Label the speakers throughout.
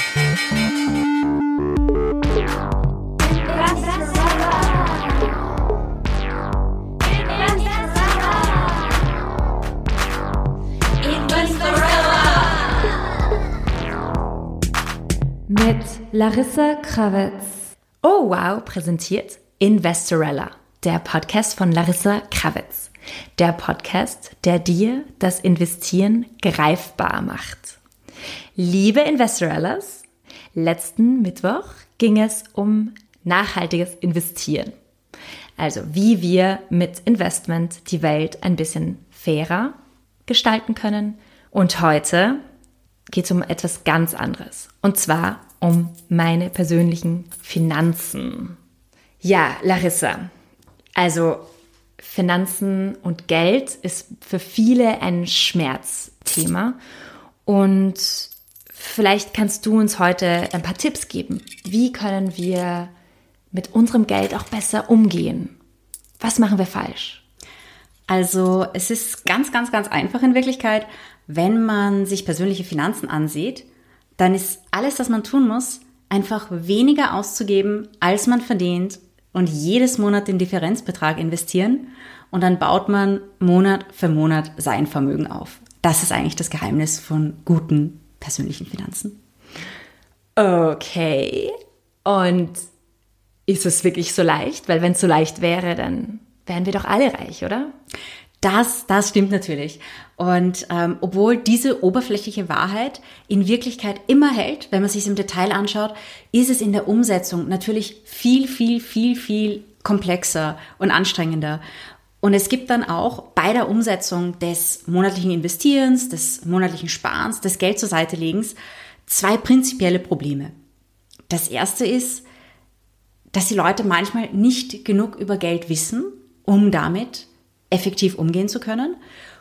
Speaker 1: Mit Larissa Kravitz. Oh wow, präsentiert Investorella, der Podcast von Larissa Kravitz. Der Podcast, der dir das Investieren greifbar macht. Liebe Investorellas, letzten Mittwoch ging es um nachhaltiges Investieren. Also wie wir mit Investment die Welt ein bisschen fairer gestalten können. Und heute geht es um etwas ganz anderes. Und zwar um meine persönlichen Finanzen. Ja, Larissa, also Finanzen und Geld ist für viele ein Schmerzthema. Und vielleicht kannst du uns heute ein paar Tipps geben. Wie können wir mit unserem Geld auch besser umgehen? Was machen wir falsch?
Speaker 2: Also es ist ganz, ganz, ganz einfach in Wirklichkeit. Wenn man sich persönliche Finanzen ansieht, dann ist alles, was man tun muss, einfach weniger auszugeben, als man verdient und jedes Monat den Differenzbetrag investieren und dann baut man Monat für Monat sein Vermögen auf. Das ist eigentlich das Geheimnis von guten persönlichen Finanzen.
Speaker 1: Okay. Und ist es wirklich so leicht? Weil wenn es so leicht wäre, dann wären wir doch alle reich, oder?
Speaker 2: Das stimmt natürlich. Und obwohl diese oberflächliche Wahrheit in Wirklichkeit immer hält, wenn man sich es im Detail anschaut, ist es in der Umsetzung natürlich viel, viel, viel, viel komplexer und anstrengender. Und es gibt dann auch bei der Umsetzung des monatlichen Investierens, des monatlichen Sparens, des Geld zur Seite legens zwei prinzipielle Probleme. Das erste ist, dass die Leute manchmal nicht genug über Geld wissen, um damit effektiv umgehen zu können.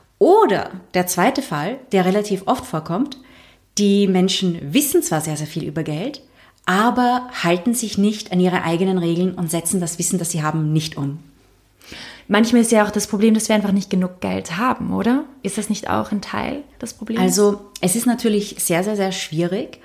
Speaker 2: Oder der zweite Fall, der relativ oft vorkommt, die Menschen wissen zwar sehr, sehr viel über Geld, aber halten sich nicht an ihre eigenen Regeln und setzen das Wissen, das sie haben, nicht um.
Speaker 1: Manchmal ist ja auch das Problem, dass wir einfach nicht genug Geld haben, oder? Ist das nicht auch ein Teil des Problems?
Speaker 2: Also es ist natürlich sehr, sehr, sehr schwierig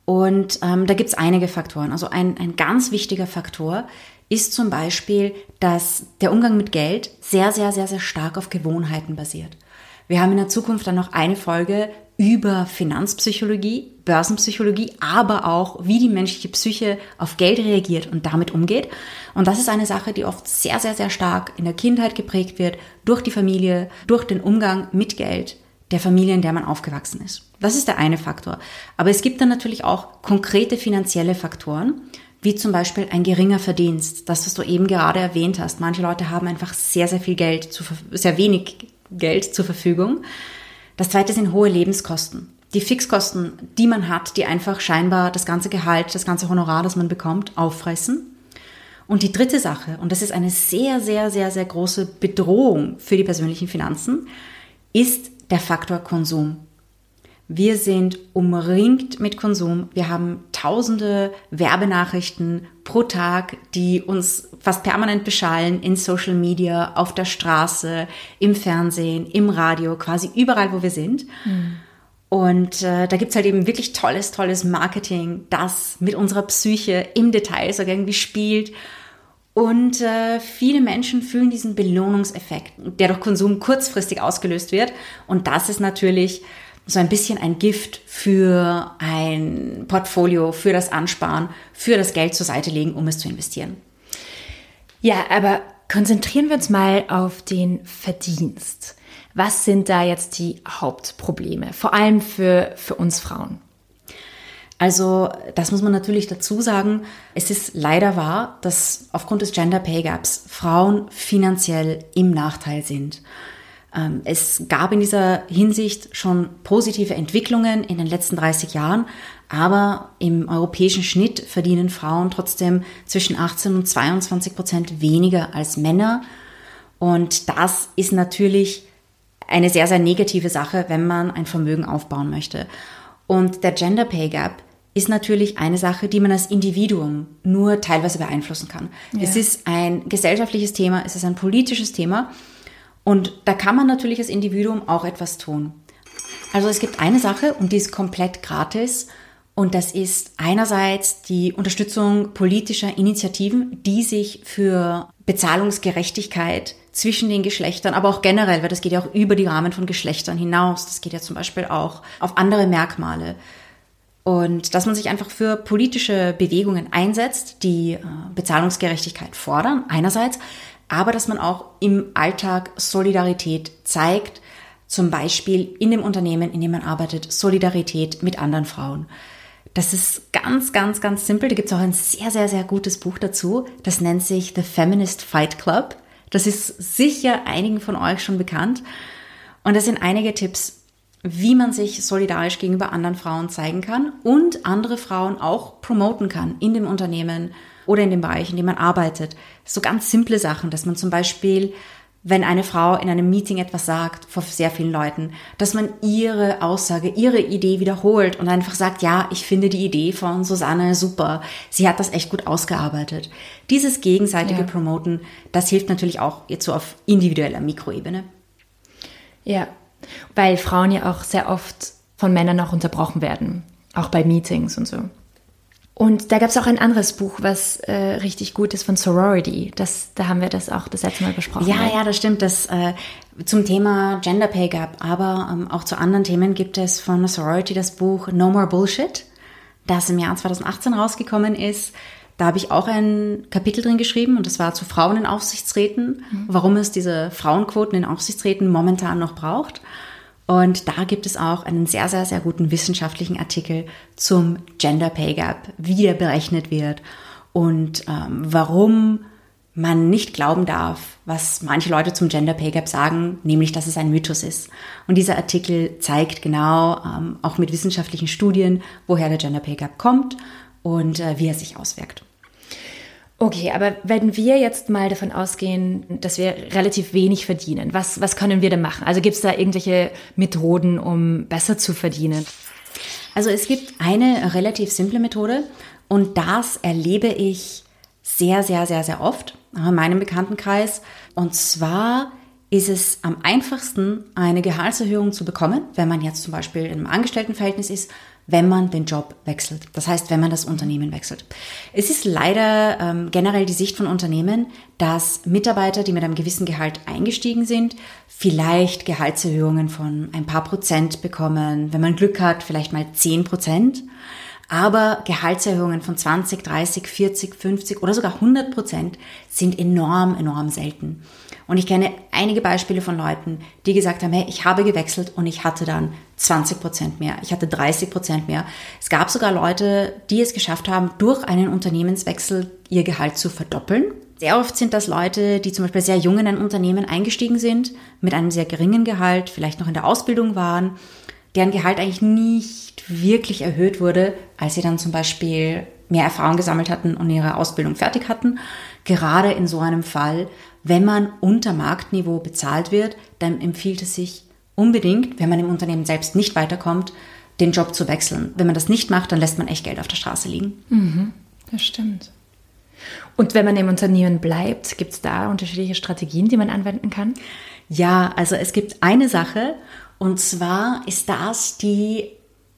Speaker 2: und da gibt es einige Faktoren. Also ein ganz wichtiger Faktor ist zum Beispiel, dass der Umgang mit Geld sehr, sehr, sehr, sehr stark auf Gewohnheiten basiert. Wir haben in der Zukunft dann noch eine Folge über Finanzpsychologie, Börsenpsychologie, aber auch, wie die menschliche Psyche auf Geld reagiert und damit umgeht. Und das ist eine Sache, die oft sehr, sehr, sehr stark in der Kindheit geprägt wird, durch die Familie, durch den Umgang mit Geld der Familie, in der man aufgewachsen ist. Das ist der eine Faktor. Aber es gibt dann natürlich auch konkrete finanzielle Faktoren, wie zum Beispiel ein geringer Verdienst, das, was du eben gerade erwähnt hast. Manche Leute haben einfach sehr, sehr viel Geld, sehr wenig Geld zur Verfügung. Das zweite sind hohe Lebenskosten. Die Fixkosten, die man hat, die einfach scheinbar das ganze Gehalt, das ganze Honorar, das man bekommt, auffressen. Und die dritte Sache, und das ist eine sehr, sehr, sehr, sehr große Bedrohung für die persönlichen Finanzen, ist der Faktor Konsum. Wir sind umringt mit Konsum. Wir haben tausende Werbenachrichten pro Tag, die uns fast permanent beschallen in Social Media, auf der Straße, im Fernsehen, im Radio, quasi überall, wo wir sind. Und da gibt's halt eben wirklich tolles Marketing, das mit unserer Psyche im Detail so irgendwie spielt. Und viele Menschen fühlen diesen Belohnungseffekt, der durch Konsum kurzfristig ausgelöst wird. Und das ist natürlich so ein bisschen ein Gift für ein Portfolio, für das Ansparen, für das Geld zur Seite legen, um es zu investieren.
Speaker 1: Ja, aber konzentrieren wir uns mal auf den Verdienst. Was sind da jetzt die Hauptprobleme, vor allem für uns Frauen?
Speaker 2: Also das muss man natürlich dazu sagen. Es ist leider wahr, dass aufgrund des Gender Pay Gaps Frauen finanziell im Nachteil sind. Es gab in dieser Hinsicht schon positive Entwicklungen in den letzten 30 Jahren, aber im europäischen Schnitt verdienen Frauen trotzdem zwischen 18% und 22% weniger als Männer. Und das ist natürlich eine sehr, sehr negative Sache, wenn man ein Vermögen aufbauen möchte. Und der Gender Pay Gap ist natürlich eine Sache, die man als Individuum nur teilweise beeinflussen kann. Ja. Es ist ein gesellschaftliches Thema, es ist ein politisches Thema. Und da kann man natürlich als Individuum auch etwas tun. Also es gibt eine Sache und die ist komplett gratis Und das ist einerseits die Unterstützung politischer Initiativen, die sich für Bezahlungsgerechtigkeit zwischen den Geschlechtern, aber auch generell, weil das geht ja auch über die Rahmen von Geschlechtern hinaus. Das geht ja zum Beispiel auch auf andere Merkmale. Und dass man sich einfach für politische Bewegungen einsetzt, die Bezahlungsgerechtigkeit fordern, einerseits, aber dass man auch im Alltag Solidarität zeigt, zum Beispiel in dem Unternehmen, in dem man arbeitet, Solidarität mit anderen Frauen. Das ist ganz, ganz, ganz simpel. Da gibt es auch ein sehr, sehr, sehr gutes Buch dazu. Das nennt sich The Feminist Fight Club. Das ist sicher einigen von euch schon bekannt. Und das sind einige Tipps, wie man sich solidarisch gegenüber anderen Frauen zeigen kann und andere Frauen auch promoten kann in dem Unternehmen oder in dem Bereich, in dem man arbeitet. So ganz simple Sachen, dass man zum Beispiel, wenn eine Frau in einem Meeting etwas sagt vor sehr vielen Leuten, dass man ihre Aussage, ihre Idee wiederholt und einfach sagt, ja, ich finde die Idee von Susanne super. Sie hat das echt gut ausgearbeitet. Dieses gegenseitige Promoten, das hilft natürlich auch jetzt so auf individueller Mikroebene.
Speaker 1: Ja, weil Frauen ja auch sehr oft von Männern auch unterbrochen werden, auch bei Meetings und so. Und da gab es auch ein anderes Buch, was richtig gut ist, von Sorority. Da haben wir das auch das letzte Mal besprochen.
Speaker 2: Ja, das stimmt. Das zum Thema Gender Pay Gap, aber auch zu anderen Themen gibt es von Sorority das Buch No More Bullshit, das im Jahr 2018 rausgekommen ist. Da habe ich auch ein Kapitel drin geschrieben und das war zu Frauen in Aufsichtsräten, warum es diese Frauenquoten in Aufsichtsräten momentan noch braucht. Und da gibt es auch einen sehr, sehr, sehr guten wissenschaftlichen Artikel zum Gender Pay Gap, wie der berechnet wird und warum man nicht glauben darf, was manche Leute zum Gender Pay Gap sagen, nämlich, dass es ein Mythos ist. Und dieser Artikel zeigt genau, auch mit wissenschaftlichen Studien, woher der Gender Pay Gap kommt und wie er sich auswirkt.
Speaker 1: Okay, aber wenn wir jetzt mal davon ausgehen, dass wir relativ wenig verdienen, was können wir denn machen? Also gibt es da irgendwelche Methoden, um besser zu verdienen?
Speaker 2: Also es gibt eine relativ simple Methode und das erlebe ich sehr, sehr, sehr, sehr oft in meinem Bekanntenkreis. Und zwar ist es am einfachsten, eine Gehaltserhöhung zu bekommen, wenn man jetzt zum Beispiel in einem Angestelltenverhältnis ist, wenn man den Job wechselt. Das heißt, wenn man das Unternehmen wechselt. Es ist leider generell die Sicht von Unternehmen, dass Mitarbeiter, die mit einem gewissen Gehalt eingestiegen sind, vielleicht Gehaltserhöhungen von ein paar Prozent bekommen. Wenn man Glück hat, vielleicht mal 10%. Aber Gehaltserhöhungen von 20, 30, 40, 50 oder sogar 100% sind enorm, enorm selten. Und ich kenne einige Beispiele von Leuten, die gesagt haben, hey, ich habe gewechselt und ich hatte dann 20% mehr, ich hatte 30% mehr. Es gab sogar Leute, die es geschafft haben, durch einen Unternehmenswechsel ihr Gehalt zu verdoppeln. Sehr oft sind das Leute, die zum Beispiel sehr jung in ein Unternehmen eingestiegen sind, mit einem sehr geringen Gehalt, vielleicht noch in der Ausbildung waren, deren Gehalt eigentlich nicht wirklich erhöht wurde, als sie dann zum Beispiel mehr Erfahrung gesammelt hatten und ihre Ausbildung fertig hatten. Gerade in so einem Fall, wenn man unter Marktniveau bezahlt wird, dann empfiehlt es sich unbedingt, wenn man im Unternehmen selbst nicht weiterkommt, den Job zu wechseln. Wenn man das nicht macht, dann lässt man echt Geld auf der Straße liegen.
Speaker 1: Das stimmt. Und wenn man im Unternehmen bleibt, gibt es da unterschiedliche Strategien, die man anwenden kann?
Speaker 2: Ja, also es gibt eine Sache, und zwar ist das die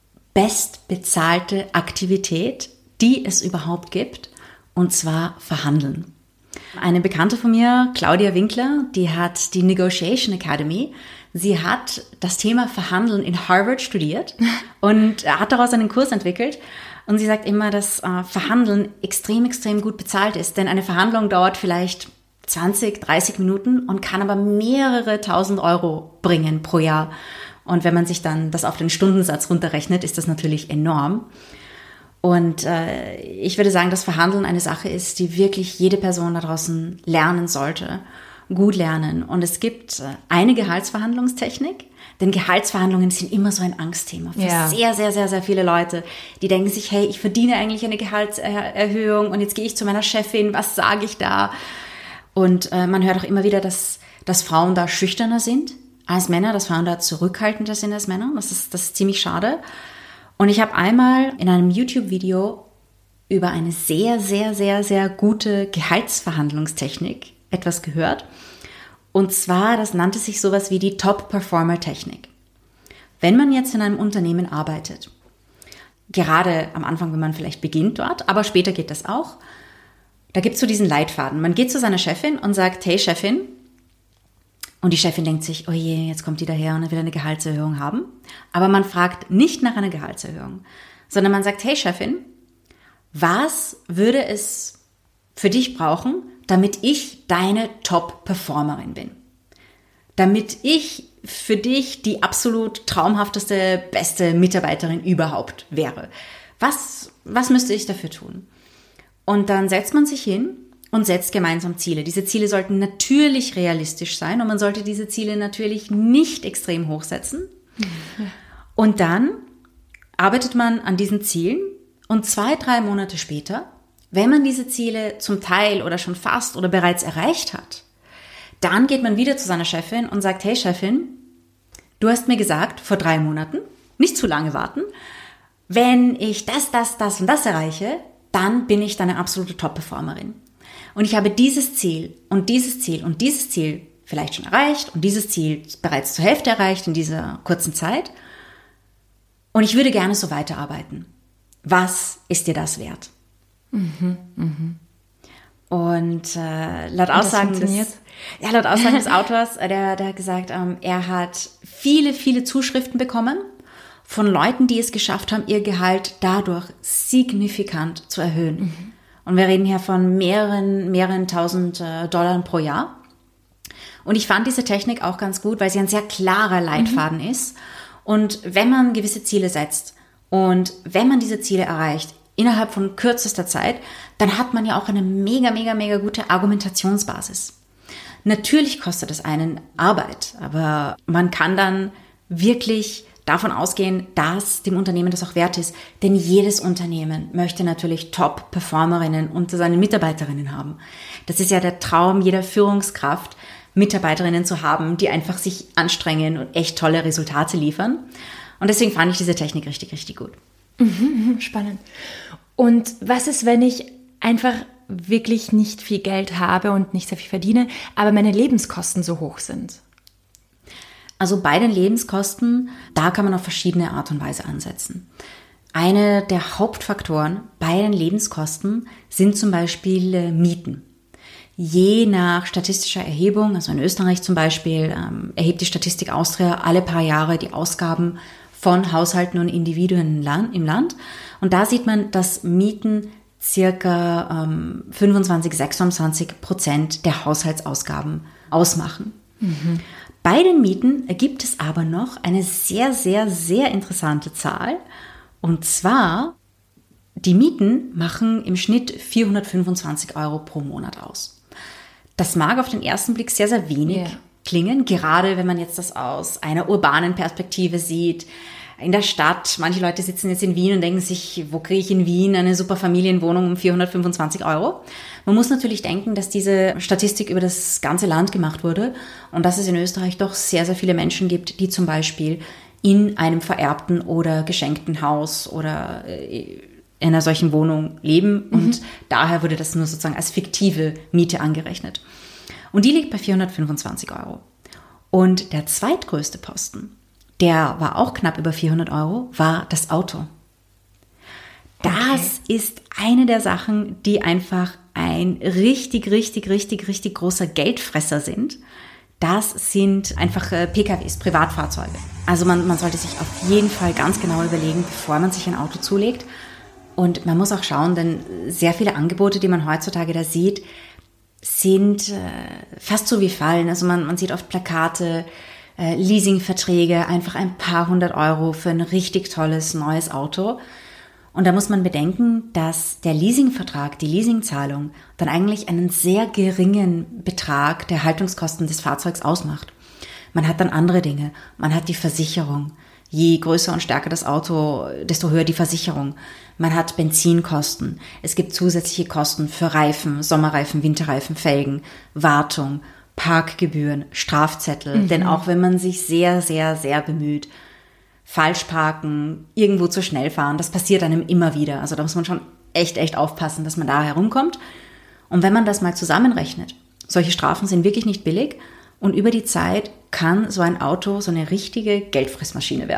Speaker 2: bestbezahlte Aktivität, die es überhaupt gibt, und zwar Verhandeln. Eine Bekannte von mir, Claudia Winkler, die hat die Negotiation Academy. Sie hat das Thema Verhandeln in Harvard studiert und hat daraus einen Kurs entwickelt. Und sie sagt immer, dass Verhandeln extrem, extrem gut bezahlt ist. Denn eine Verhandlung dauert vielleicht 20, 30 Minuten und kann aber mehrere tausend Euro bringen pro Jahr. Und wenn man sich dann das auf den Stundensatz runterrechnet, ist das natürlich enorm. Und ich würde sagen, dass Verhandeln eine Sache ist, die wirklich jede Person da draußen lernen sollte, gut lernen. Und es gibt eine Gehaltsverhandlungstechnik, denn Gehaltsverhandlungen sind immer so ein Angstthema für sehr, sehr, sehr, sehr viele Leute. Die denken sich, hey, ich verdiene eigentlich eine Gehaltserhöhung und jetzt gehe ich zu meiner Chefin, was sage ich da? Und man hört auch immer wieder, dass Frauen da schüchterner sind als Männer, dass Frauen da zurückhaltender sind als Männer. Das ist ziemlich schade. Und ich habe einmal in einem YouTube-Video über eine sehr, sehr, sehr, sehr gute Gehaltsverhandlungstechnik etwas gehört. Und zwar, das nannte sich sowas wie die Top-Performer-Technik. Wenn man jetzt in einem Unternehmen arbeitet, gerade am Anfang, wenn man vielleicht beginnt dort, aber später geht das auch. Da gibt es so diesen Leitfaden. Man geht zu seiner Chefin und sagt, hey Chefin, und die Chefin denkt sich, oh je, jetzt kommt die daher und will eine Gehaltserhöhung haben. Aber man fragt nicht nach einer Gehaltserhöhung, sondern man sagt, hey Chefin, was würde es für dich brauchen, damit ich deine Top-Performerin bin? Damit ich für dich die absolut traumhafteste, beste Mitarbeiterin überhaupt wäre. Was müsste ich dafür tun? Und dann setzt man sich hin und setzt gemeinsam Ziele. Diese Ziele sollten natürlich realistisch sein und man sollte diese Ziele natürlich nicht extrem hoch setzen. Und dann arbeitet man an diesen Zielen und 2-3 Monate später, wenn man diese Ziele zum Teil oder schon fast oder bereits erreicht hat, dann geht man wieder zu seiner Chefin und sagt, hey Chefin, du hast mir gesagt, vor 3 Monaten, nicht zu lange warten, wenn ich das und das erreiche, dann bin ich deine absolute Top-Performerin. Und ich habe dieses Ziel und dieses Ziel und dieses Ziel vielleicht schon erreicht und dieses Ziel bereits zur Hälfte erreicht in dieser kurzen Zeit. Und ich würde gerne so weiterarbeiten. Was ist dir das wert? Und laut Aussagen des Autors, der hat gesagt, er hat viele, viele Zuschriften bekommen von Leuten, die es geschafft haben, ihr Gehalt dadurch signifikant zu erhöhen. Und wir reden hier von mehreren tausend $1.000 pro Jahr. Und ich fand diese Technik auch ganz gut, weil sie ein sehr klarer Leitfaden ist. Und wenn man gewisse Ziele setzt und wenn man diese Ziele erreicht, innerhalb von kürzester Zeit, dann hat man ja auch eine mega, mega, mega gute Argumentationsbasis. Natürlich kostet es einen Arbeit, aber man kann dann wirklich davon ausgehen, dass dem Unternehmen das auch wert ist. Denn jedes Unternehmen möchte natürlich Top-Performerinnen unter seinen Mitarbeiterinnen haben. Das ist ja der Traum jeder Führungskraft, Mitarbeiterinnen zu haben, die einfach sich anstrengen und echt tolle Resultate liefern. Und deswegen fand ich diese Technik richtig, richtig gut.
Speaker 1: Spannend. Und was ist, wenn ich einfach wirklich nicht viel Geld habe und nicht sehr viel verdiene, aber meine Lebenskosten so hoch sind?
Speaker 2: Also bei den Lebenskosten, da kann man auf verschiedene Art und Weise ansetzen. Eine der Hauptfaktoren bei den Lebenskosten sind zum Beispiel Mieten. Je nach statistischer Erhebung, also in Österreich zum Beispiel, erhebt die Statistik Austria alle paar Jahre die Ausgaben von Haushalten und Individuen im Land. Und da sieht man, dass Mieten circa 25-26% der Haushaltsausgaben ausmachen. Bei den Mieten gibt es aber noch eine sehr, sehr, sehr interessante Zahl. Und zwar, die Mieten machen im Schnitt 425 € pro Monat aus. Das mag auf den ersten Blick sehr, sehr wenig klingen, gerade wenn man jetzt das aus einer urbanen Perspektive sieht. In der Stadt, manche Leute sitzen jetzt in Wien und denken sich, wo kriege ich in Wien eine super Familienwohnung um 425 €? Man muss natürlich denken, dass diese Statistik über das ganze Land gemacht wurde und dass es in Österreich doch sehr, sehr viele Menschen gibt, die zum Beispiel in einem vererbten oder geschenkten Haus oder in einer solchen Wohnung leben und daher wurde das nur sozusagen als fiktive Miete angerechnet. Und die liegt bei 425 €. Und der zweitgrößte Posten, der war auch knapp über 400 €, war das Auto. Das ist eine der Sachen, die einfach ein richtig großer Geldfresser sind. Das sind einfach PKWs, Privatfahrzeuge. Also man sollte sich auf jeden Fall ganz genau überlegen, bevor man sich ein Auto zulegt. Und man muss auch schauen, denn sehr viele Angebote, die man heutzutage da sieht, sind fast so wie Fallen. Also man sieht oft Plakate, Leasingverträge, einfach ein paar 100 € für ein richtig tolles neues Auto. Und da muss man bedenken, dass der Leasingvertrag, die Leasingzahlung, dann eigentlich einen sehr geringen Betrag der Haltungskosten des Fahrzeugs ausmacht. Man hat dann andere Dinge. Man hat die Versicherung. Je größer und stärker das Auto, desto höher die Versicherung. Man hat Benzinkosten. Es gibt zusätzliche Kosten für Reifen, Sommerreifen, Winterreifen, Felgen, Wartung, Parkgebühren, Strafzettel. Denn auch wenn man sich sehr, sehr, sehr bemüht, falsch parken, irgendwo zu schnell fahren, das passiert einem immer wieder. Also da muss man schon echt aufpassen, dass man da herumkommt. Und wenn man das mal zusammenrechnet, solche Strafen sind wirklich nicht billig und über die Zeit kann so ein Auto so eine richtige Geldfressmaschine werden.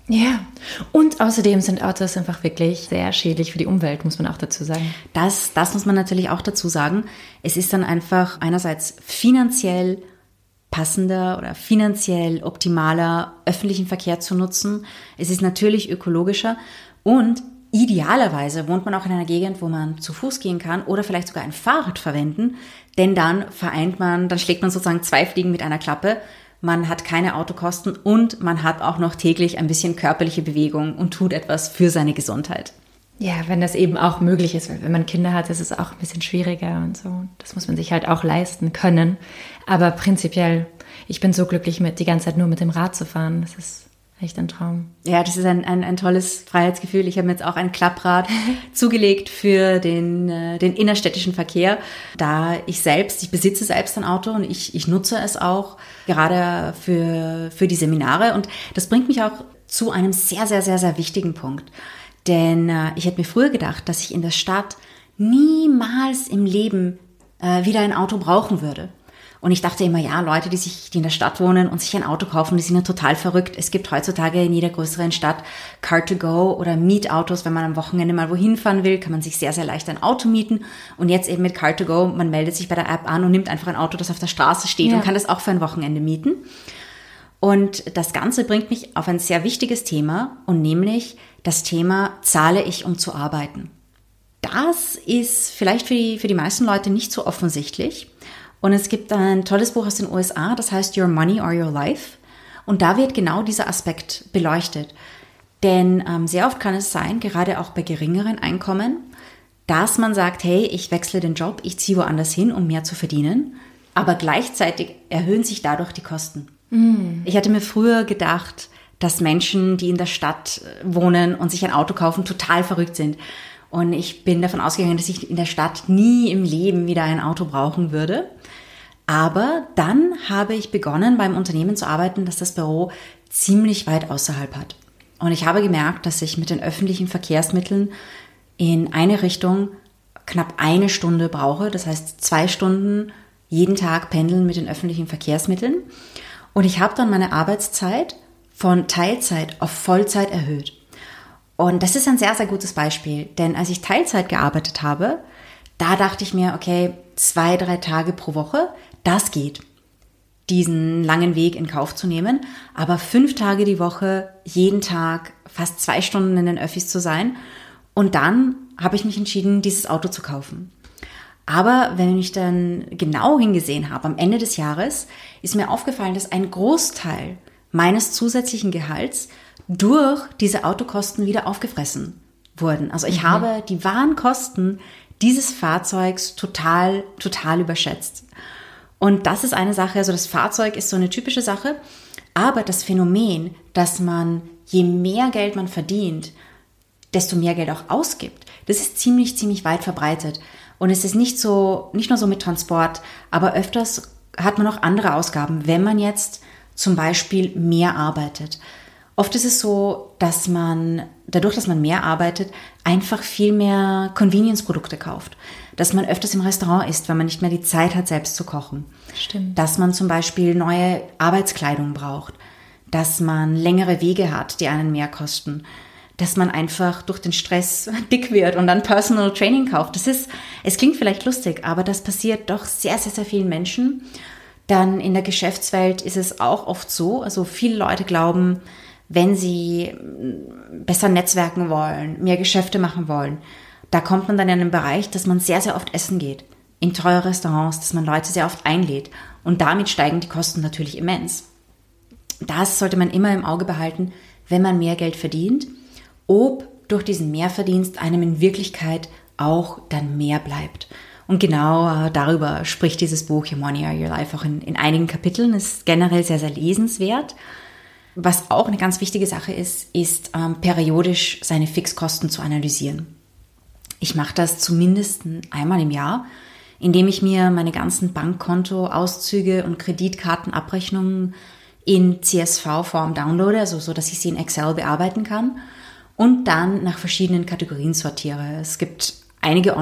Speaker 1: Ja, und außerdem sind Autos einfach wirklich sehr schädlich für die Umwelt, muss man auch dazu sagen.
Speaker 2: Das muss man natürlich auch dazu sagen. Es ist dann einfach einerseits finanziell passender oder finanziell optimaler, öffentlichen Verkehr zu nutzen. Es ist natürlich ökologischer und idealerweise wohnt man auch in einer Gegend, wo man zu Fuß gehen kann oder vielleicht sogar ein Fahrrad verwenden, denn dann schlägt man sozusagen 2 Fliegen mit einer Klappe. Man hat keine Autokosten und man hat auch noch täglich ein bisschen körperliche Bewegung und tut etwas für seine Gesundheit.
Speaker 1: Ja, wenn das eben auch möglich ist, weil wenn man Kinder hat, ist es auch ein bisschen schwieriger und so. Das muss man sich halt auch leisten können. Aber prinzipiell, ich bin so glücklich, die ganze Zeit nur mit dem Rad zu fahren. Das ist echt ein Traum.
Speaker 2: Ja, das ist ein tolles Freiheitsgefühl. Ich habe mir jetzt auch ein Klapprad zugelegt für den innerstädtischen Verkehr, da ich besitze selbst ein Auto und ich nutze es auch gerade für die Seminare. Und das bringt mich auch zu einem sehr, sehr, sehr, sehr wichtigen Punkt. Denn ich hätte mir früher gedacht, dass ich in der Stadt niemals im Leben wieder ein Auto brauchen würde. Und ich dachte immer, ja, Leute, die in der Stadt wohnen und sich ein Auto kaufen, die sind ja total verrückt. Es gibt heutzutage in jeder größeren Stadt Car2Go oder Mietautos. Wenn man am Wochenende mal wohin fahren will, kann man sich sehr, sehr leicht ein Auto mieten. Und jetzt eben mit Car2Go, man meldet sich bei der App an und nimmt einfach ein Auto, das auf der Straße steht und kann das auch für ein Wochenende mieten. Und das Ganze bringt mich auf ein sehr wichtiges Thema und nämlich das Thema, zahle ich, um zu arbeiten? Das ist vielleicht für die meisten Leute nicht so offensichtlich. Und es gibt ein tolles Buch aus den USA, das heißt Your Money or Your Life. Und da wird genau dieser Aspekt beleuchtet. Denn sehr oft kann es sein, gerade auch bei geringeren Einkommen, dass man sagt, hey, ich wechsle den Job, ich ziehe woanders hin, um mehr zu verdienen. Aber gleichzeitig erhöhen sich dadurch die Kosten. Ich hatte mir früher gedacht, dass Menschen, die in der Stadt wohnen und sich ein Auto kaufen, total verrückt sind. Und ich bin davon ausgegangen, dass ich in der Stadt nie im Leben wieder ein Auto brauchen würde. Aber dann habe ich begonnen, beim Unternehmen zu arbeiten, das das Büro ziemlich weit außerhalb hat. Und ich habe gemerkt, dass ich mit den öffentlichen Verkehrsmitteln in eine Richtung knapp 1 Stunde brauche. Das heißt 2 Stunden jeden Tag pendeln mit den öffentlichen Verkehrsmitteln. Und ich habe dann meine Arbeitszeit von Teilzeit auf Vollzeit erhöht. Und das ist ein sehr, sehr gutes Beispiel, denn als ich Teilzeit gearbeitet habe, da dachte ich mir, okay, 2, 3 Tage pro Woche, das geht, diesen langen Weg in Kauf zu nehmen, aber 5 Tage die Woche, jeden Tag fast 2 Stunden in den Öffis zu sein. Und dann habe ich mich entschieden, dieses Auto zu kaufen. Aber wenn ich dann genau hingesehen habe, am Ende des Jahres, ist mir aufgefallen, dass ein Großteil meines zusätzlichen Gehalts durch diese Autokosten wieder aufgefressen wurden. Also ich habe die wahren Kosten dieses Fahrzeugs total überschätzt. Und das ist eine Sache, also das Fahrzeug ist so eine typische Sache, aber das Phänomen, dass man, je mehr Geld man verdient, desto mehr Geld auch ausgibt, das ist ziemlich weit verbreitet. Und es ist nicht nur so mit Transport, aber öfters hat man auch andere Ausgaben, wenn man jetzt zum Beispiel mehr arbeitet. Oft ist es so, dass man, dadurch, dass man mehr arbeitet, einfach viel mehr Convenience-Produkte kauft. Dass man öfters im Restaurant isst, weil man nicht mehr die Zeit hat, selbst zu kochen.
Speaker 1: Stimmt.
Speaker 2: Dass man zum Beispiel neue Arbeitskleidung braucht. Dass man längere Wege hat, die einen mehr kosten. Dass man einfach durch den Stress dick wird und dann Personal Training kauft. Es klingt vielleicht lustig, aber das passiert doch sehr vielen Menschen. Dann in der Geschäftswelt ist es auch oft so, also viele Leute glauben, wenn sie besser netzwerken wollen, mehr Geschäfte machen wollen, da kommt man dann in einen Bereich, dass man sehr oft essen geht, in teure Restaurants, dass man Leute sehr oft einlädt. Und damit steigen die Kosten natürlich immens. Das sollte man immer im Auge behalten, wenn man mehr Geld verdient, ob durch diesen Mehrverdienst einem in Wirklichkeit auch dann mehr bleibt. Und genau darüber spricht dieses Buch Your Money or Your Life auch in einigen Kapiteln. Ist generell sehr lesenswert. Was auch eine ganz wichtige Sache ist periodisch seine Fixkosten zu analysieren. Ich mache das zumindest einmal im Jahr, indem ich mir meine ganzen Bankkontoauszüge und Kreditkartenabrechnungen in CSV-Form downloade, also so, dass ich sie in Excel bearbeiten kann und dann nach verschiedenen Kategorien sortiere. Es gibt einige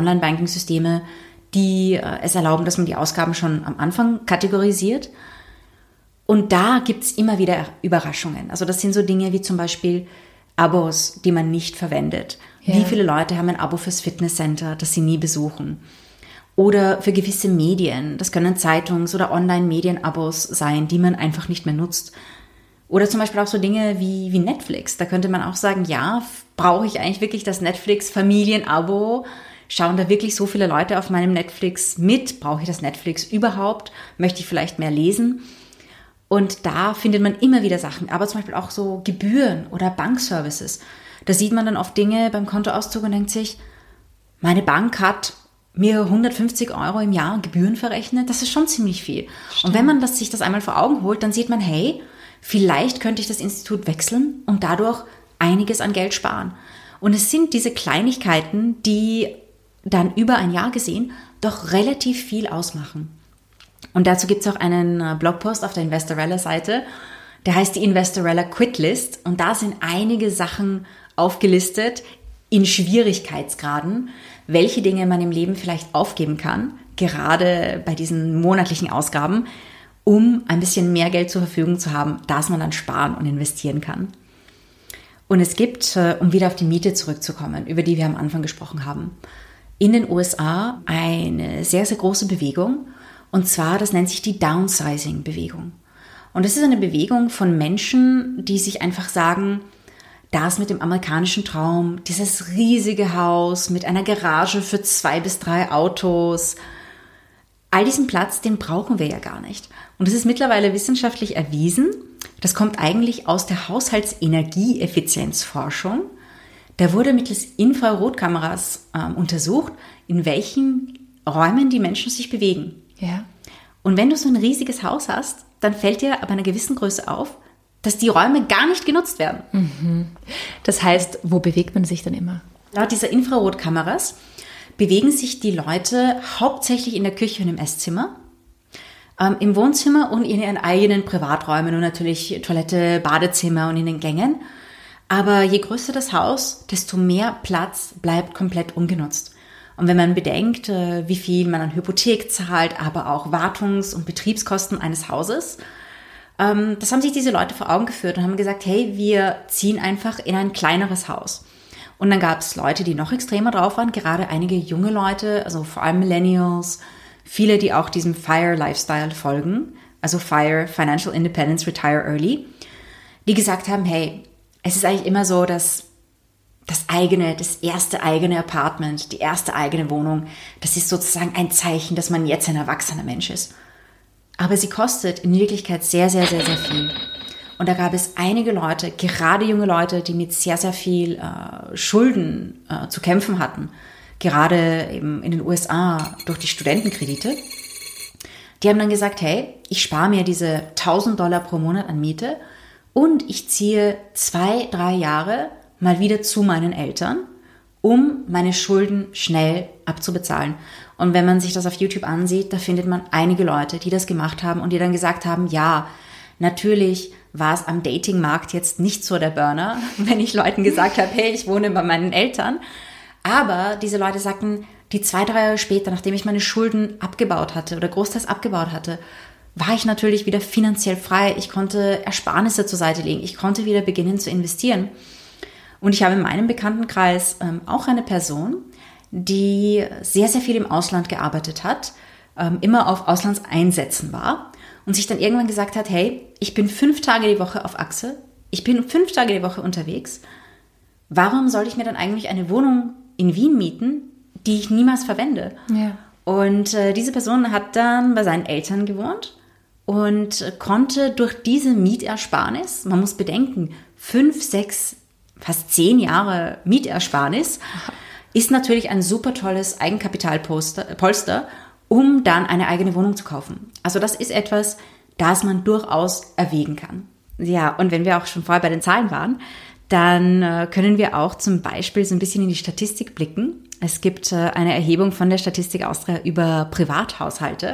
Speaker 2: Online-Banking-Systeme, die es erlauben, dass man die Ausgaben schon am Anfang kategorisiert. Und da gibt's immer wieder Überraschungen. Also das sind so Dinge wie zum Beispiel Abos, die man nicht verwendet. Ja. Wie viele Leute haben ein Abo fürs Fitnesscenter, das sie nie besuchen? Oder für gewisse Medien. Das können Zeitungs- oder Online-Medien-Abos sein, die man einfach nicht mehr nutzt. Oder zum Beispiel auch so Dinge wie Netflix. Da könnte man auch sagen, ja, brauche ich eigentlich wirklich das Netflix-Familien-Abo? Schauen da wirklich so viele Leute auf meinem Netflix mit? Brauche ich das Netflix überhaupt? Möchte ich vielleicht mehr lesen? Und da findet man immer wieder Sachen, aber zum Beispiel auch so Gebühren oder Bankservices. Da sieht man dann oft Dinge beim Kontoauszug und denkt sich, meine Bank hat mir 150 € im Jahr Gebühren verrechnet. Das ist schon ziemlich viel. Stimmt. Und wenn man sich das einmal vor Augen holt, dann sieht man, hey, vielleicht könnte ich das Institut wechseln und dadurch einiges an Geld sparen. Und es sind diese Kleinigkeiten, die dann über ein Jahr gesehen doch relativ viel ausmachen. Und dazu gibt es auch einen Blogpost auf der Investorella-Seite, der heißt die Investorella Quitlist. Und da sind einige Sachen aufgelistet in Schwierigkeitsgraden, welche Dinge man im Leben vielleicht aufgeben kann, gerade bei diesen monatlichen Ausgaben, um ein bisschen mehr Geld zur Verfügung zu haben, das man dann sparen und investieren kann. Und es gibt, um wieder auf die Miete zurückzukommen, über die wir am Anfang gesprochen haben, in den USA eine sehr, sehr große Bewegung. Und zwar, das nennt sich die Downsizing-Bewegung. Und das ist eine Bewegung von Menschen, die sich einfach sagen, das mit dem amerikanischen Traum, dieses riesige Haus mit einer Garage für 2 bis 3 Autos, all diesen Platz, den brauchen wir ja gar nicht. Und es ist mittlerweile wissenschaftlich erwiesen, das kommt eigentlich aus der Haushaltsenergieeffizienzforschung. Da wurde mittels Infrarotkameras untersucht, in welchen Räumen die Menschen sich bewegen.
Speaker 1: Ja.
Speaker 2: Und wenn du so ein riesiges Haus hast, dann fällt dir ab einer gewissen Größe auf, dass die Räume gar nicht genutzt werden.
Speaker 1: Mhm. Das heißt, wo bewegt man sich dann immer?
Speaker 2: Laut dieser Infrarotkameras bewegen sich die Leute hauptsächlich in der Küche und im Esszimmer, im Wohnzimmer und in ihren eigenen Privaträumen und natürlich Toilette, Badezimmer und in den Gängen. Aber je größer das Haus, desto mehr Platz bleibt komplett ungenutzt. Und wenn man bedenkt, wie viel man an Hypothek zahlt, aber auch Wartungs- und Betriebskosten eines Hauses, das haben sich diese Leute vor Augen geführt und haben gesagt, hey, wir ziehen einfach in ein kleineres Haus. Und dann gab es Leute, die noch extremer drauf waren, gerade einige junge Leute, also vor allem Millennials, viele, die auch diesem FIRE-Lifestyle folgen, also FIRE, Financial Independence, Retire Early, die gesagt haben, hey, es ist eigentlich immer so, dass das erste eigene Apartment, die erste eigene Wohnung, das ist sozusagen ein Zeichen, dass man jetzt ein erwachsener Mensch ist. Aber sie kostet in Wirklichkeit sehr, sehr, sehr, sehr viel. Und da gab es einige Leute, gerade junge Leute, die mit sehr, sehr viel Schulden zu kämpfen hatten, gerade eben in den USA durch die Studentenkredite. Die haben dann gesagt, hey, ich spare mir diese $1.000 pro Monat an Miete und ich ziehe 2-3 Jahre mal wieder zu meinen Eltern, um meine Schulden schnell abzubezahlen. Und wenn man sich das auf YouTube ansieht, da findet man einige Leute, die das gemacht haben und die dann gesagt haben, ja, natürlich war es am Datingmarkt jetzt nicht so der Burner, wenn ich Leuten gesagt habe, hey, ich wohne bei meinen Eltern. Aber diese Leute sagten, die 2-3 Jahre später, nachdem ich meine Schulden abgebaut hatte oder großteils abgebaut hatte, war ich natürlich wieder finanziell frei. Ich konnte Ersparnisse zur Seite legen. Ich konnte wieder beginnen zu investieren. Und ich habe in meinem Bekanntenkreis auch eine Person, die sehr, sehr viel im Ausland gearbeitet hat, immer auf Auslandseinsätzen war und sich dann irgendwann gesagt hat, hey, ich bin 5 Tage die Woche auf Achse, ich bin 5 Tage die Woche unterwegs, warum soll ich mir dann eigentlich eine Wohnung in Wien mieten, die ich niemals verwende? Ja. Und diese Person hat dann bei seinen Eltern gewohnt und konnte durch diese Mietersparnis, man muss bedenken, 5, 6, fast 10 Jahre Mietersparnis, ist natürlich ein super tolles Eigenkapitalpolster, um dann eine eigene Wohnung zu kaufen. Also das ist etwas, das man durchaus erwägen kann. Ja, und wenn wir auch schon vorher bei den Zahlen waren, dann können wir auch zum Beispiel so ein bisschen in die Statistik blicken. Es gibt eine Erhebung von der Statistik Austria über Privathaushalte.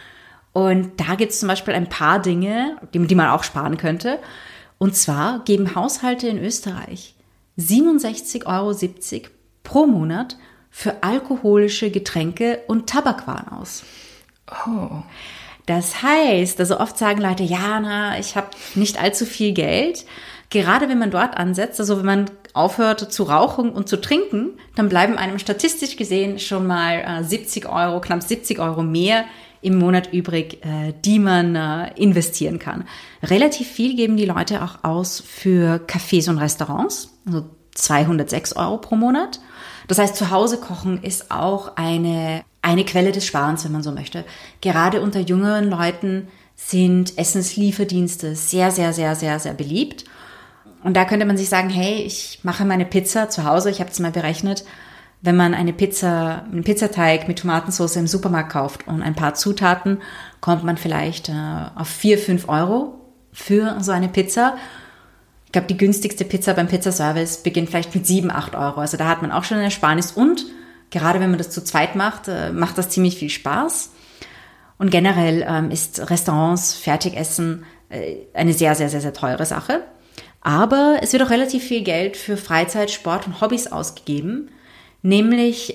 Speaker 2: Und da gibt es zum Beispiel ein paar Dinge, die man auch sparen könnte. Und zwar geben Haushalte in Österreich 67,70 € pro Monat für alkoholische Getränke und Tabakwaren aus.
Speaker 1: Oh.
Speaker 2: Das heißt, also oft sagen Leute, ja, ich habe nicht allzu viel Geld. Gerade wenn man dort ansetzt, also wenn man aufhört zu rauchen und zu trinken, dann bleiben einem statistisch gesehen schon mal 70 Euro, knapp 70 Euro mehr im Monat übrig, die man investieren kann. Relativ viel geben die Leute auch aus für Cafés und Restaurants, also 206 Euro pro Monat. Das heißt, zu Hause kochen ist auch eine Quelle des Sparens, wenn man so möchte. Gerade unter jüngeren Leuten sind Essenslieferdienste sehr, sehr, sehr, sehr, sehr beliebt. Und da könnte man sich sagen, hey, ich mache meine Pizza zu Hause. Ich habe es mal berechnet. Wenn man einen Pizzateig mit Tomatensauce im Supermarkt kauft und ein paar Zutaten, kommt man vielleicht auf 4-5 Euro für so eine Pizza. Ich glaube, die günstigste Pizza beim Pizzaservice beginnt vielleicht mit 7-8 Euro. Also da hat man auch schon eine Ersparnis. Und gerade wenn man das zu zweit macht, macht das ziemlich viel Spaß. Und generell ist Restaurants, Fertigessen eine sehr, sehr, sehr, sehr teure Sache. Aber es wird auch relativ viel Geld für Freizeit, Sport und Hobbys ausgegeben, nämlich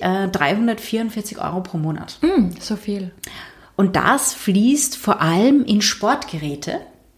Speaker 2: 344 Euro pro Monat.
Speaker 1: So viel.
Speaker 2: Und das fließt vor allem in Sportgeräte.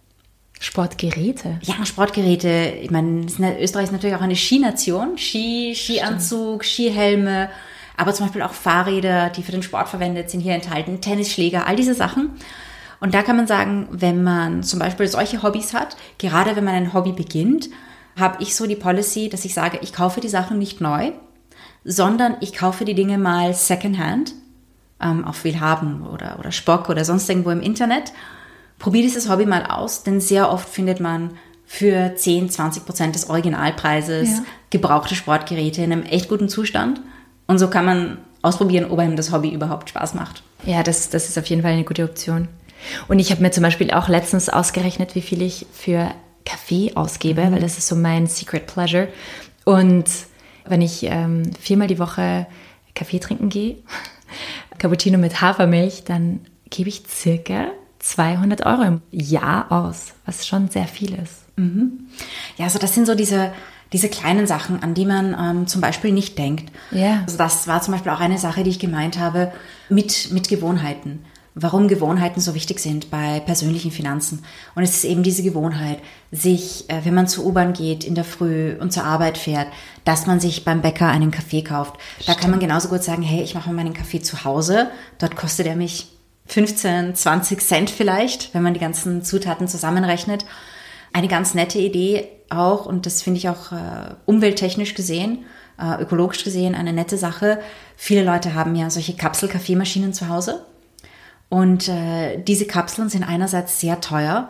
Speaker 1: Sportgeräte?
Speaker 2: Ja, Sportgeräte. Ich meine, Österreich ist natürlich auch eine Skination. Skianzug, Skihelme, aber zum Beispiel auch Fahrräder, die für den Sport verwendet sind, hier enthalten, Tennisschläger, all diese Sachen. Und da kann man sagen, wenn man zum Beispiel solche Hobbys hat, gerade wenn man ein Hobby beginnt, habe ich so die Policy, dass ich sage, ich kaufe die Sachen nicht neu, sondern ich kaufe die Dinge mal secondhand, auf Willhaben oder Spock oder sonst irgendwo im Internet. Probier dieses Hobby mal aus, denn sehr oft findet man für 10-20% des Originalpreises gebrauchte Sportgeräte in einem echt guten Zustand. Und so kann man ausprobieren, ob einem das Hobby überhaupt Spaß macht.
Speaker 1: Ja, das ist auf jeden Fall eine gute Option. Und ich habe mir zum Beispiel auch letztens ausgerechnet, wie viel ich für Kaffee ausgebe, weil das ist so mein Secret Pleasure. Und wenn ich 4-mal die Woche Kaffee trinken gehe, Cappuccino mit Hafermilch, dann gebe ich circa 200 Euro im Jahr aus, was schon sehr viel ist.
Speaker 2: Ja, also das sind so diese kleinen Sachen, an die man zum Beispiel nicht denkt.
Speaker 1: Ja.
Speaker 2: Also das war zum Beispiel auch eine Sache, die ich gemeint habe mit Gewohnheiten. Warum Gewohnheiten so wichtig sind bei persönlichen Finanzen. Und es ist eben diese Gewohnheit, sich, wenn man zur U-Bahn geht in der Früh und zur Arbeit fährt, dass man sich beim Bäcker einen Kaffee kauft. Da kann man genauso gut sagen, hey, ich mache mir meinen Kaffee zu Hause. Dort kostet er mich 15, 20 Cent vielleicht, wenn man die ganzen Zutaten zusammenrechnet. Eine ganz nette Idee auch, und das finde ich auch umwelttechnisch gesehen, ökologisch gesehen eine nette Sache. Viele Leute haben ja solche Kapsel-Kaffeemaschinen zu Hause. Und diese Kapseln sind einerseits sehr teuer,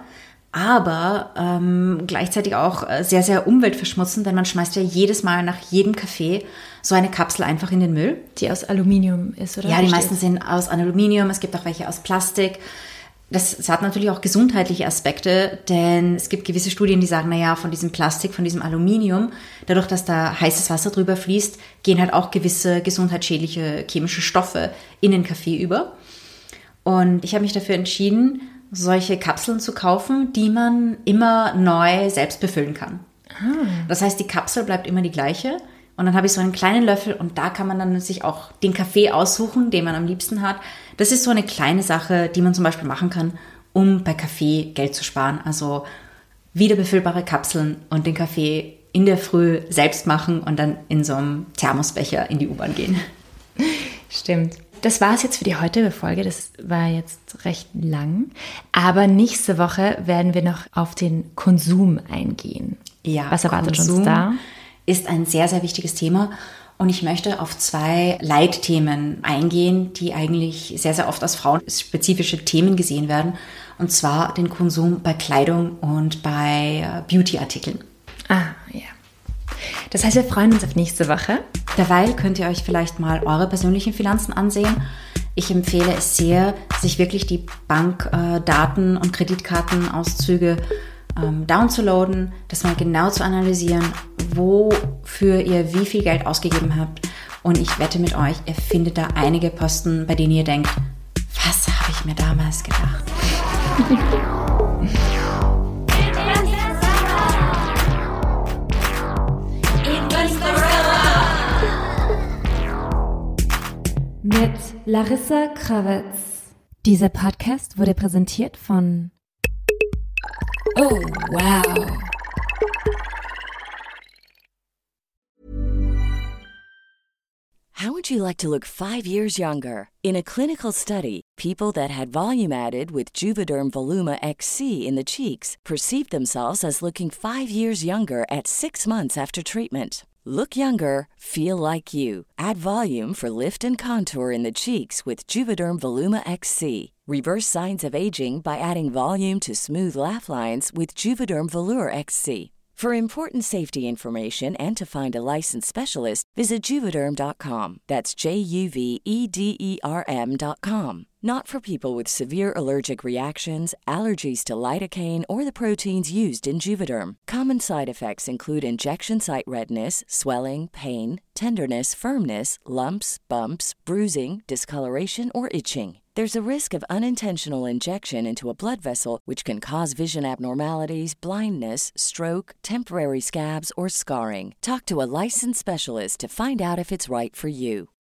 Speaker 2: aber gleichzeitig auch sehr, sehr umweltverschmutzend, denn man schmeißt ja jedes Mal nach jedem Kaffee so eine Kapsel einfach in den Müll.
Speaker 1: Die aus Aluminium ist, oder?
Speaker 2: Ja, die meisten sind aus Aluminium, es gibt auch welche aus Plastik. Das hat natürlich auch gesundheitliche Aspekte, denn es gibt gewisse Studien, die sagen, naja, von diesem Plastik, von diesem Aluminium, dadurch, dass da heißes Wasser drüber fließt, gehen halt auch gewisse gesundheitsschädliche chemische Stoffe in den Kaffee über. Und ich habe mich dafür entschieden, solche Kapseln zu kaufen, die man immer neu selbst befüllen kann. Das heißt, die Kapsel bleibt immer die gleiche. Und dann habe ich so einen kleinen Löffel und da kann man dann sich auch den Kaffee aussuchen, den man am liebsten hat. Das ist so eine kleine Sache, die man zum Beispiel machen kann, um bei Kaffee Geld zu sparen. Also wiederbefüllbare Kapseln und den Kaffee in der Früh selbst machen und dann in so einem Thermosbecher in die U-Bahn gehen.
Speaker 1: Stimmt. Das war es jetzt für die heutige Folge. Das war jetzt recht lang. Aber nächste Woche werden wir noch auf den Konsum eingehen.
Speaker 2: Ja,
Speaker 1: was erwartet
Speaker 2: Konsum
Speaker 1: uns da?
Speaker 2: Ist ein sehr, sehr wichtiges Thema. Und ich möchte auf 2 Leitthemen eingehen, die eigentlich sehr, sehr oft als frauenspezifische Themen gesehen werden. Und zwar den Konsum bei Kleidung und bei Beauty-Artikeln.
Speaker 1: Ah, ja. Das heißt, wir freuen uns auf nächste Woche.
Speaker 2: Derweil könnt ihr euch vielleicht mal eure persönlichen Finanzen ansehen. Ich empfehle es sehr, sich wirklich die Bankdaten und Kreditkartenauszüge downzuladen, das mal genau zu analysieren, wofür ihr wie viel Geld ausgegeben habt. Und ich wette mit euch, ihr findet da einige Posten, bei denen ihr denkt, was habe ich mir damals gedacht?
Speaker 1: Mit Larissa Kravitz. Dieser Podcast wurde präsentiert von Oh, wow.
Speaker 3: How would you like to look 5 years younger? In a clinical study, people that had volume added with Juvederm Voluma XC in the cheeks perceived themselves as looking 5 years younger at 6 months after treatment. Look younger, feel like you. Add volume for lift and contour in the cheeks with Juvederm Voluma XC. Reverse signs of aging by adding volume to smooth laugh lines with Juvederm Volure XC. For important safety information and to find a licensed specialist, visit Juvederm.com. That's JUVEDERM.com. Not for people with severe allergic reactions, allergies to lidocaine, or the proteins used in Juvederm. Common side effects include injection site redness, swelling, pain, tenderness, firmness, lumps, bumps, bruising, discoloration, or itching. There's a risk of unintentional injection into a blood vessel, which can cause vision abnormalities, blindness, stroke, temporary scabs, or scarring. Talk to a licensed specialist to find out if it's right for you.